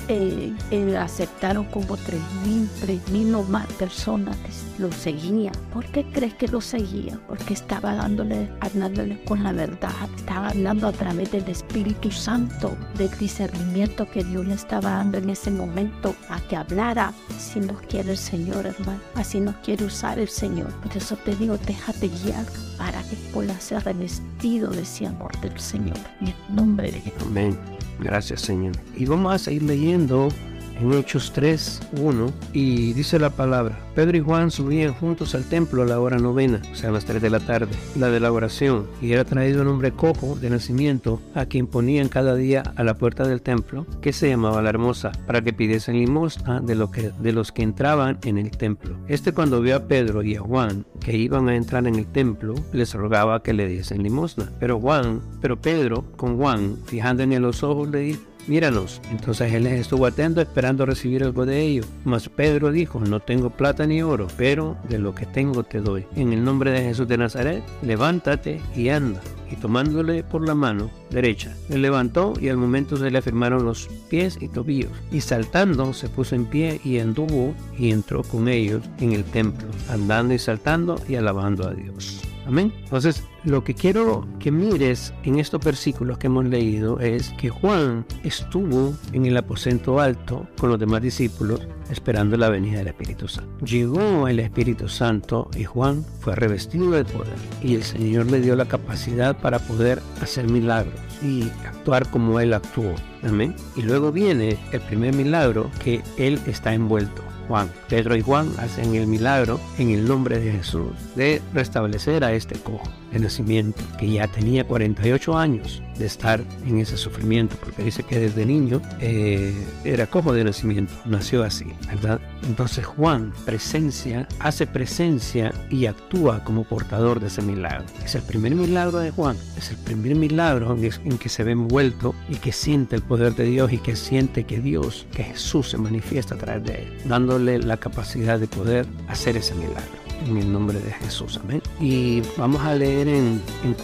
aceptaron como 3,000 o más personas lo seguían. ¿Por qué crees que lo seguían? Porque estaba hablándole con la verdad, estaba hablando a través del Espíritu Santo, del discernimiento que Dios le estaba dando en ese momento a que hablara. Así nos quiere el Señor, hermano, así nos quiere usar el Señor. Por eso te digo, déjate guiar para que puedas ser revestido de ese amor del Señor, en el nombre de Jesús. Amén. Gracias, Señor. Y vamos a seguir leyendo en Hechos 3:1, y dice la palabra: Pedro y Juan subían juntos al templo a la hora 9, o sea, a las 3 de la tarde, la de la oración, y era traído un hombre cojo de nacimiento, a quien ponían cada día a la puerta del templo, que se llamaba La Hermosa, para que pidiesen limosna de los que entraban en el templo. Cuando vio a Pedro y a Juan que iban a entrar en el templo, les rogaba que le diesen limosna. Pero Pedro, con Juan, fijándole en los ojos, le dijo: míranos. Entonces él les estuvo atento, esperando recibir algo de ellos. Mas Pedro dijo: no tengo plata ni oro, pero de lo que tengo te doy. En el nombre de Jesús de Nazaret, levántate y anda. Y tomándole por la mano derecha, le levantó, y al momento se le afirmaron los pies y tobillos. Y saltando se puso en pie y anduvo y entró con ellos en el templo, andando y saltando y alabando a Dios. Amén. Entonces, lo que quiero que mires en estos versículos que hemos leído es que Juan estuvo en el aposento alto con los demás discípulos esperando la venida del Espíritu Santo. Llegó el Espíritu Santo y Juan fue revestido de poder, y el Señor le dio la capacidad para poder hacer milagros y actuar como Él actuó. Amén. Y luego viene el primer milagro, que Él está envuelto. Pedro y Juan hacen el milagro en el nombre de Jesús de restablecer a este cojo de nacimiento, que ya tenía 48 años de estar en ese sufrimiento, porque dice que desde niño era cojo de nacimiento, nació así, ¿verdad? Entonces Juan hace presencia y actúa como portador de ese milagro. Es el primer milagro de Juan, es el primer milagro en que se ve envuelto y que siente el poder de Dios, y que siente que Jesús se manifiesta a través de él, dándole la capacidad de poder hacer ese milagro. en el nombre de Jesús. Amén. Y vamos a leer en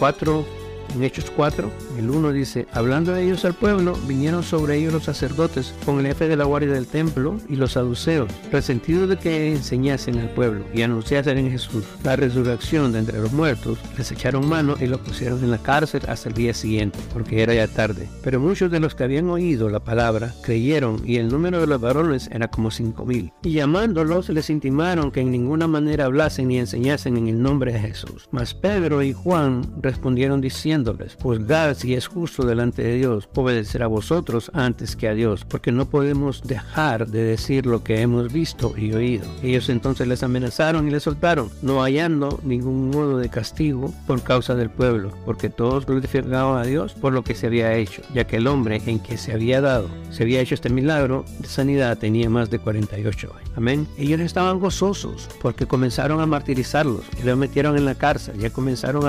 Hechos 4, el 1 dice: hablando de ellos al pueblo, vinieron sobre ellos los sacerdotes con el jefe de la guardia del templo y los saduceos, resentidos de que enseñasen al pueblo y anunciasen en Jesús la resurrección de entre los muertos. Les echaron mano y los pusieron en la cárcel hasta el día siguiente, porque era ya tarde. Pero muchos de los que habían oído la palabra creyeron, y el número de los varones era como 5,000. Y llamándolos les intimaron que en ninguna manera hablasen ni enseñasen en el nombre de Jesús. Mas Pedro y Juan respondieron diciendo: juzgad si es justo delante de Dios obedecer a vosotros antes que a Dios, porque no podemos dejar de decir lo que hemos visto y oído. Ellos entonces les amenazaron y les soltaron, no hallando ningún modo de castigo por causa del pueblo, porque todos glorificaban a Dios por lo que se había hecho, ya que el hombre en que se había hecho este milagro de sanidad tenía más de 48 años. Amén. Ellos estaban gozosos porque comenzaron a martirizarlos y los metieron en la cárcel, ya comenzaron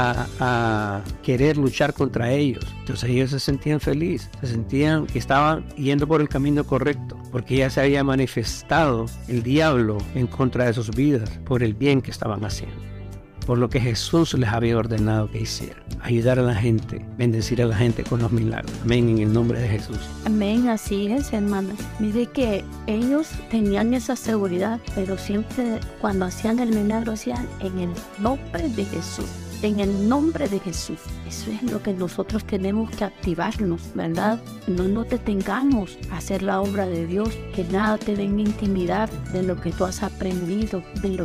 a querer luchar contra ellos. Entonces ellos se sentían felices, se sentían que estaban yendo por el camino correcto, porque ya se había manifestado el diablo en contra de sus vidas por el bien que estaban haciendo, por lo que Jesús les había ordenado que hicieran: ayudar a la gente, bendecir a la gente con los milagros. Amén, en el nombre de Jesús. Amén, así es, hermanos. Mire que ellos tenían esa seguridad, pero siempre cuando hacían el milagro hacían en el nombre de Jesús. En el nombre de Jesús. Eso es lo que nosotros tenemos que activarnos, ¿verdad? No nos detengamos a hacer la obra de Dios, que nada te venga a intimidar de lo que tú has aprendido,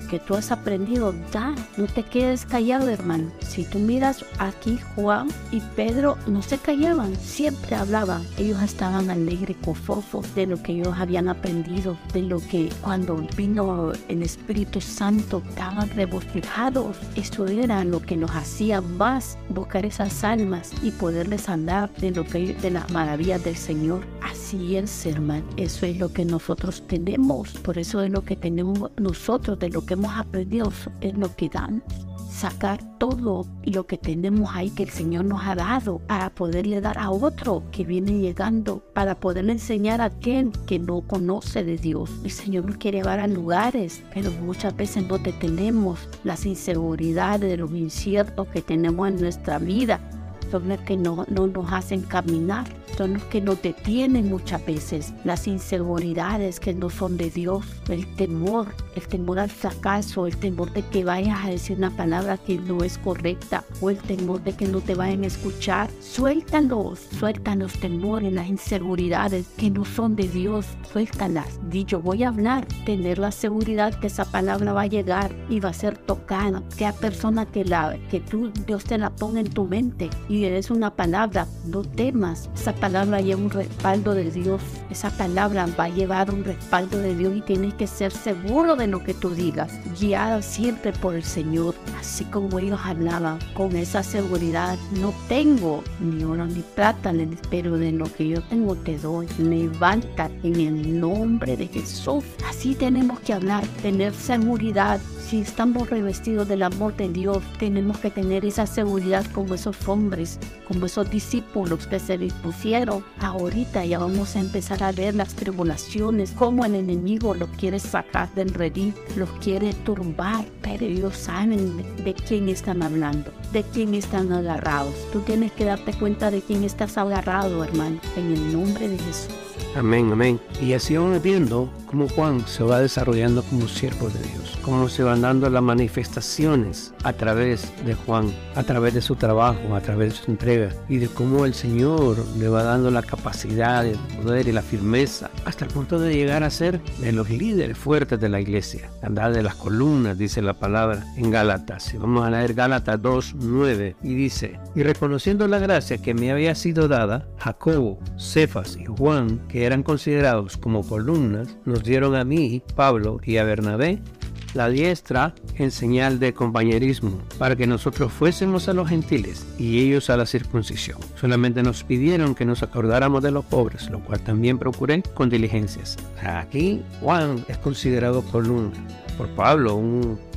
da, no te quedes callado, hermano. Si tú miras aquí, Juan y Pedro no se callaban, siempre hablaban. Ellos estaban alegres, gozosos de lo que ellos habían aprendido, de lo que cuando vino el Espíritu Santo estaban regocijados. Eso era lo que nos hacía más buscar esas almas y poderles hablar de las maravillas del Señor. Así es, hermano. Eso es lo que nosotros tenemos. Por eso es lo que tenemos nosotros, de lo que hemos aprendido, es lo que damos. Sacar todo lo que tenemos ahí que el Señor nos ha dado para poderle dar a otro que viene llegando, para poderle enseñar a aquel que no conoce de Dios. El Señor nos quiere llevar a lugares, pero muchas veces no detenemos las inseguridades, de los inciertos que tenemos en nuestra vida. Son las que no nos hacen caminar, son los que nos detienen muchas veces. Las inseguridades que no son de Dios, el temor al fracaso, el temor de que vayas a decir una palabra que no es correcta, o el temor de que no te vayan a escuchar. Suéltalos temores, las inseguridades que no son de Dios, suéltalas. Di: yo voy a hablar, tener la seguridad que esa palabra va a llegar y va a ser tocada. Sea persona que Dios te la ponga en tu mente y eres una palabra, no temas. Esa palabra lleva un respaldo de Dios, esa palabra va a llevar un respaldo de Dios y tienes que ser seguro de lo que tú digas, guiado siempre por el Señor. Así como ellos hablaban con esa seguridad: no tengo ni oro ni plata, pero de lo que yo tengo te doy. Levanta en el nombre de Jesús. Así tenemos que hablar, tener seguridad. Si estamos revestidos del amor de Dios, tenemos que tener esa seguridad como esos hombres, como esos discípulos que se dispusieron. Ahorita ya vamos a empezar a ver las tribulaciones, cómo el enemigo los quiere sacar del redil, los quiere turbar, pero ellos saben de quién están hablando, de quién están agarrados. Tú tienes que darte cuenta de quién estás agarrado, hermano, en el nombre de Jesús. Amén, amén. Y así vamos viendo cómo Juan se va desarrollando como siervo de Dios, cómo se van dando las manifestaciones a través de Juan, a través de su trabajo, a través de su entrega, y de cómo el Señor le va dando la capacidad, el poder y la firmeza, hasta el punto de llegar a ser de los líderes fuertes de la iglesia, andar de las columnas, dice la palabra en Gálatas. Y vamos a leer Gálatas 2:9, y dice: y reconociendo la gracia que me había sido dada, Jacobo, Cefas y Juan, que eran considerados como columnas, nos dieron a mí, Pablo, y a Bernabé la diestra en señal de compañerismo, para que nosotros fuésemos a los gentiles y ellos a la circuncisión. Solamente nos pidieron que nos acordáramos de los pobres, lo cual también procuré con diligencias. Aquí Juan es considerado columna por Pablo, un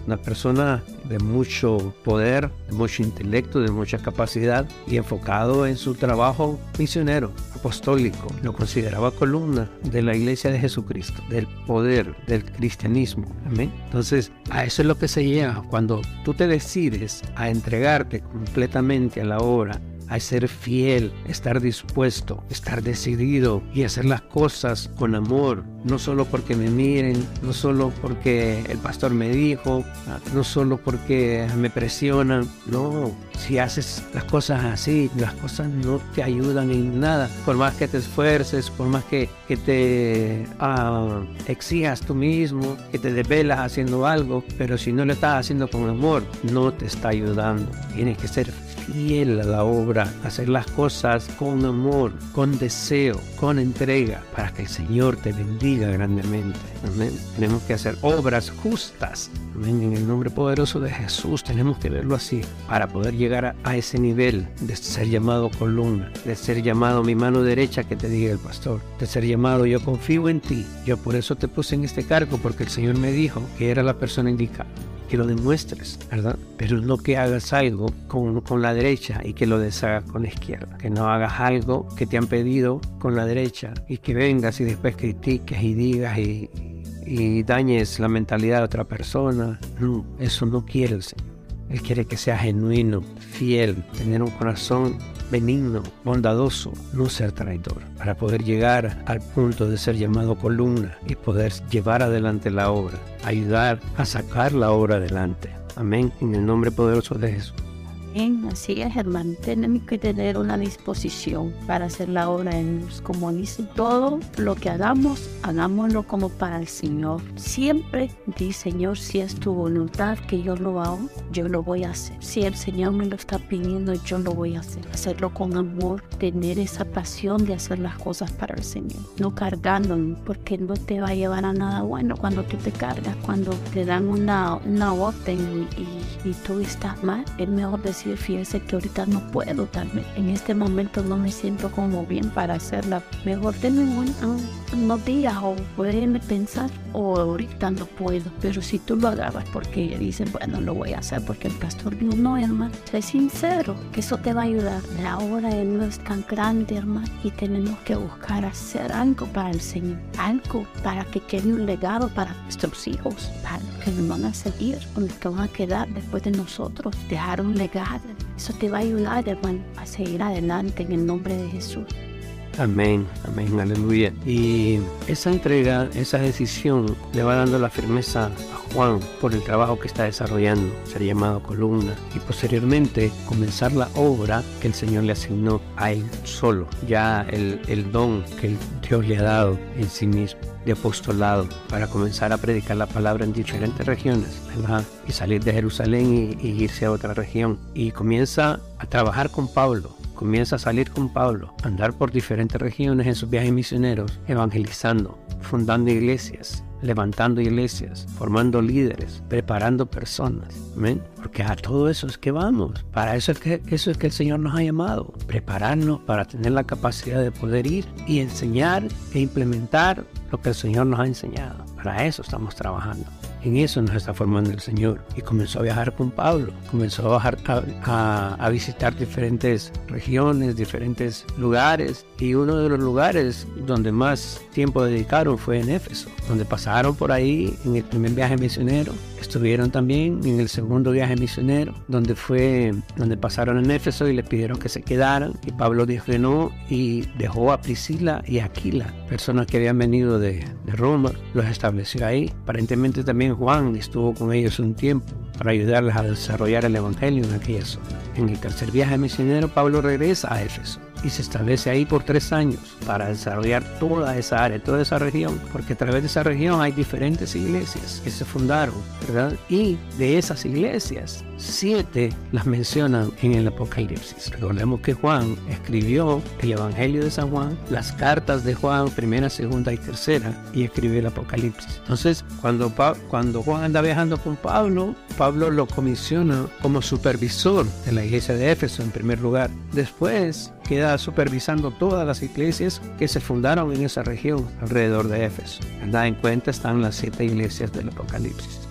una persona de mucho poder, de mucho intelecto, de mucha capacidad y enfocado en su trabajo misionero, apostólico. Lo consideraba columna de la iglesia de Jesucristo, del poder, del cristianismo. Amén. Entonces, a eso es lo que se llega cuando tú te decides a entregarte completamente a la obra, a ser fiel, estar dispuesto, estar decidido y hacer las cosas con amor, no solo porque me miren, no solo porque el pastor me dijo, no solo porque me presionan. No, si haces las cosas así, las cosas no te ayudan en nada. Por más que te esfuerces, por más que te exijas tú mismo, que te desvelas haciendo algo, pero si no lo estás haciendo con amor, no te está ayudando. Tienes que ser fiel a la obra, hacer las cosas con amor, con deseo, con entrega, para que el Señor te bendiga grandemente. Amén. Tenemos que hacer obras justas. Amén. En el nombre poderoso de Jesús tenemos que verlo así, para poder llegar a ese nivel de ser llamado columna, de ser llamado mi mano derecha, que te diga el pastor, de ser llamado yo confío en ti, yo por eso te puse en este cargo, porque el Señor me dijo que era la persona indicada. Que lo demuestres, ¿verdad? Pero no que hagas algo con la derecha y que lo deshagas con la izquierda. Que no hagas algo que te han pedido con la derecha y que vengas y después critiques y digas y dañes la mentalidad de otra persona. No, eso no quiere el Señor. Él quiere que seas genuino, fiel, tener un corazón benigno, bondadoso, no ser traidor, para poder llegar al punto de ser llamado columna y poder llevar adelante la obra, ayudar a sacar la obra adelante. Amén, en el nombre poderoso de Jesús. Así es, hermano. Tenemos que tener una disposición para hacer la obra de Dios. Como dice, todo lo que hagamos, hagámoslo como para el Señor. Siempre di, Señor, si es tu voluntad que yo lo hago, yo lo voy a hacer. Si el Señor me lo está pidiendo, yo lo voy a hacer. Hacerlo con amor, tener esa pasión de hacer las cosas para el Señor. No cargándolo, porque no te va a llevar a nada bueno cuando tú te cargas. Cuando te dan una orden y tú estás mal, es mejor decir, fíjese que ahorita no puedo, tal vez en este momento no me siento como bien para hacerla. Mejor denme unos días o pueden pensar, o ahorita no puedo. Pero si tú lo agarras porque dicen, bueno, lo voy a hacer porque el pastor dijo, no, hermano, sé sincero, que eso te va a ayudar. La obra no es tan grande, hermano, y tenemos que buscar hacer algo para el Señor, algo para que quede un legado para nuestros hijos, para los que nos van a seguir, o los que van a quedar después de nosotros, dejar un legado. Eso te va a ayudar, hermano, a seguir adelante en el nombre de Jesús. Amén, amén, aleluya. Y esa entrega, esa decisión le va dando la firmeza a Juan por el trabajo que está desarrollando, ser llamado columna, y posteriormente comenzar la obra que el Señor le asignó a él solo, ya el don que Dios le ha dado en sí mismo, de apostolado, para comenzar a predicar la palabra en diferentes regiones, ¿verdad? Y salir de Jerusalén y irse a otra región. Y comienza a trabajar con Pablo. Comienza a salir con Pablo, a andar por diferentes regiones en sus viajes misioneros, evangelizando, fundando iglesias, levantando iglesias, formando líderes, preparando personas. ¿Amén? Porque a todo eso es que vamos. Para eso es que el Señor nos ha llamado. Prepararnos para tener la capacidad de poder ir y enseñar e implementar lo que el Señor nos ha enseñado. Para eso estamos trabajando. En eso nos está formando el Señor. Y comenzó a viajar con Pablo. Comenzó a visitar diferentes regiones, diferentes lugares. Y uno de los lugares donde más tiempo dedicaron fue en Éfeso, donde pasaron por ahí en el primer viaje misionero. Estuvieron también en el segundo viaje misionero, donde pasaron en Éfeso y le pidieron que se quedaran. Y Pablo dijo que no y dejó a Priscila y Aquila, personas que habían venido de Roma, los estableció ahí. Aparentemente también Juan estuvo con ellos un tiempo para ayudarles a desarrollar el evangelio en aquella zona. En el tercer viaje misionero, Pablo regresa a Éfeso y se establece ahí por 3 años para desarrollar toda esa área, toda esa región, porque a través de esa región hay diferentes iglesias que se fundaron, ¿verdad? Y de esas iglesias, 7 las mencionan en el Apocalipsis. Recordemos que Juan escribió el Evangelio de San Juan, las cartas de Juan, primera, segunda y tercera, y escribió el Apocalipsis. Entonces, cuando Juan anda viajando con Pablo lo comisiona como supervisor de la iglesia de Éfeso en primer lugar. Después queda supervisando todas las iglesias que se fundaron en esa región alrededor de Éfeso. En cuenta están las 7 iglesias del Apocalipsis.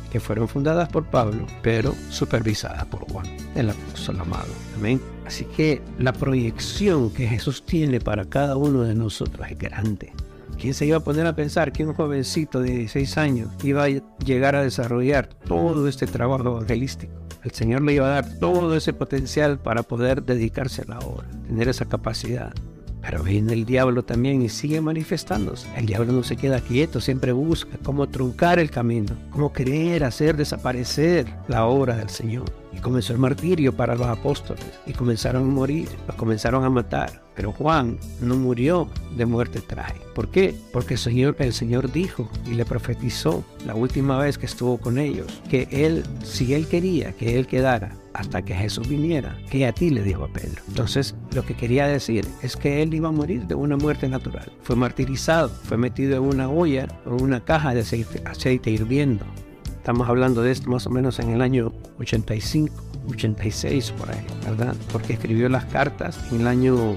que fueron fundadas por Pablo, pero supervisadas por Juan, el apóstol amado. Amén. Así que la proyección que Jesús tiene para cada uno de nosotros es grande. ¿Quién se iba a poner a pensar que un jovencito de 16 años iba a llegar a desarrollar todo este trabajo evangelístico? El Señor le iba a dar todo ese potencial para poder dedicarse a la obra, tener esa capacidad. Pero viene el diablo también y sigue manifestándose. El diablo no se queda quieto, siempre busca cómo truncar el camino, cómo querer hacer desaparecer la obra del Señor. Y comenzó el martirio para los apóstoles y comenzaron a morir, los comenzaron a matar. Pero Juan no murió de muerte trágica. ¿Por qué? Porque el Señor dijo y le profetizó la última vez que estuvo con ellos que él, si él quería que él quedara hasta que Jesús viniera, que a ti le dijo a Pedro. Entonces, lo que quería decir es que él iba a morir de una muerte natural. Fue martirizado, fue metido en una olla o una caja de aceite hirviendo. Estamos hablando de esto más o menos en el año 85, 86 por ahí, ¿verdad? Porque escribió las cartas en el año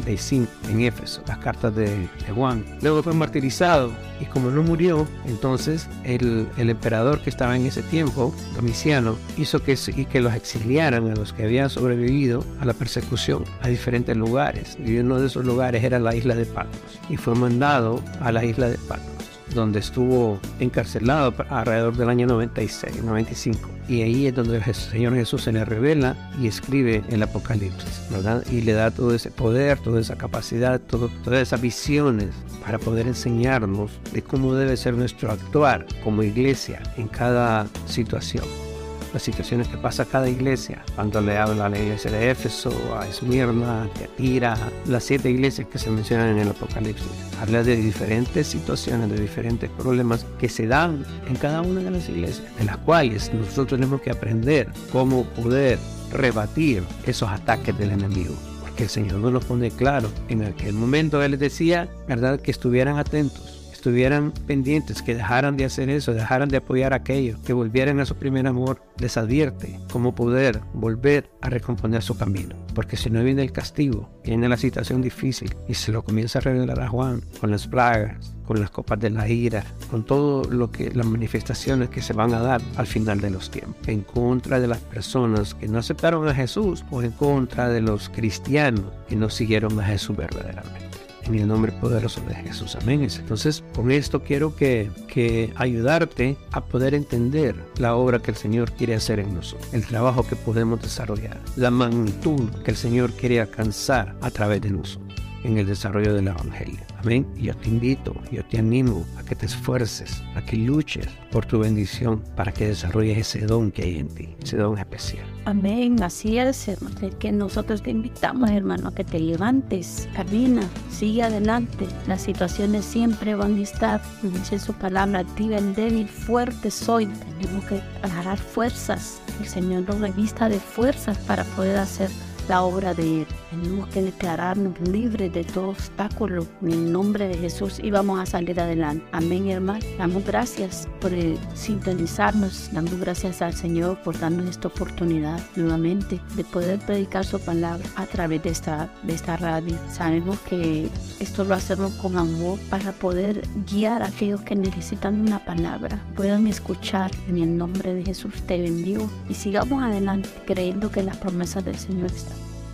85 en Éfeso, las cartas de Juan. Luego fue martirizado y como no murió, entonces el emperador que estaba en ese tiempo, Domiciano, hizo que los exiliaran a los que habían sobrevivido a la persecución a diferentes lugares. Y uno de esos lugares era la isla de Patmos y fue mandado a la isla de Patmos, donde estuvo encarcelado alrededor del año 96, 95. Y ahí es donde el Señor Jesús se le revela y escribe el Apocalipsis, ¿verdad? Y le da todo ese poder, toda esa capacidad, todas esas visiones para poder enseñarnos de cómo debe ser nuestro actuar como iglesia en cada situación. Las situaciones que pasa cada iglesia, cuando le habla a la iglesia de Éfeso, a Esmirna, a Tiatira, las 7 iglesias que se mencionan en el Apocalipsis. Habla de diferentes situaciones, de diferentes problemas que se dan en cada una de las iglesias, de las cuales nosotros tenemos que aprender cómo poder rebatir esos ataques del enemigo. Porque el Señor nos lo pone claro. En aquel momento Él les decía, ¿verdad?, que estuvieran atentos, estuvieran pendientes, que dejaran de hacer eso, dejaran de apoyar aquello, que volvieran a su primer amor. Les advierte cómo poder volver a recomponer su camino, porque si no viene el castigo, viene la situación difícil y se lo comienza a revelar a Juan con las plagas, con las copas de la ira, con todo lo que las manifestaciones que se van a dar al final de los tiempos, en contra de las personas que no aceptaron a Jesús o en contra de los cristianos que no siguieron a Jesús verdaderamente. En el nombre poderoso de Jesús. Amén. Entonces, con esto quiero que ayudarte a poder entender la obra que el Señor quiere hacer en nosotros, el trabajo que podemos desarrollar, la magnitud que el Señor quiere alcanzar a través de nosotros en el desarrollo del Evangelio. Amén. Y yo te invito, yo te animo a que te esfuerces, a que luches por tu bendición para que desarrolles ese don que hay en ti, ese don especial. Amén, así es, hermano. Es que nosotros te invitamos, hermano, a que te levantes, camina, sigue adelante. Las situaciones siempre van a estar, dice su palabra, activa en débil, fuerte soy. Tenemos que agarrar fuerzas. El Señor nos revista de fuerzas para poder hacer la obra de Él. Tenemos que declararnos libres de todo obstáculo en el nombre de Jesús y vamos a salir adelante. Amén, hermano. Damos gracias por sintonizarnos, damos gracias al Señor por darnos esta oportunidad nuevamente de poder predicar su palabra a través de esta radio. Sabemos que esto lo hacemos con amor para poder guiar a aquellos que necesitan una palabra. Puedan escuchar. En el nombre de Jesús te bendigo y sigamos adelante creyendo que las promesas del Señor están.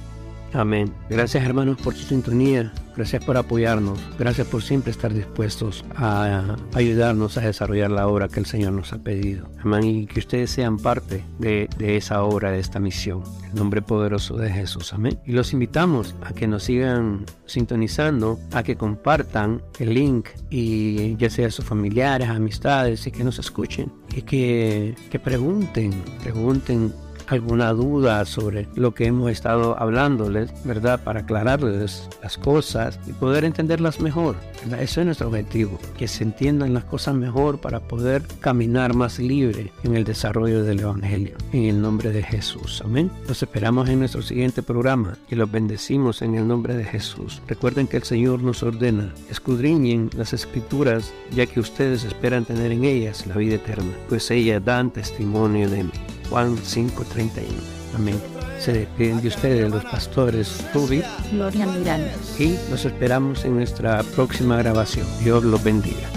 Amén. Gracias, hermanos, por su sintonía. Gracias por apoyarnos. Gracias por siempre estar dispuestos a ayudarnos a desarrollar la obra que el Señor nos ha pedido. Amén. Y que ustedes sean parte de esa obra, de esta misión. En el nombre poderoso de Jesús. Amén. Y los invitamos a que nos sigan sintonizando, a que compartan el link y ya sea a sus familiares, amistades, y que nos escuchen. Y que pregunten alguna duda sobre lo que hemos estado hablándoles, ¿verdad? Para aclararles las cosas y poder entenderlas mejor, ¿verdad? Ese es nuestro objetivo, que se entiendan las cosas mejor para poder caminar más libre en el desarrollo del Evangelio. En el nombre de Jesús. Amén. Los esperamos en nuestro siguiente programa y los bendecimos en el nombre de Jesús. Recuerden que el Señor nos ordena: escudriñen las Escrituras, ya que ustedes esperan tener en ellas la vida eterna, pues ellas dan testimonio de mí. Juan 5:31. Amén. Se despiden de ustedes los pastores Ruby, Gloria Miranda. y los esperamos en nuestra próxima grabación. Dios los bendiga.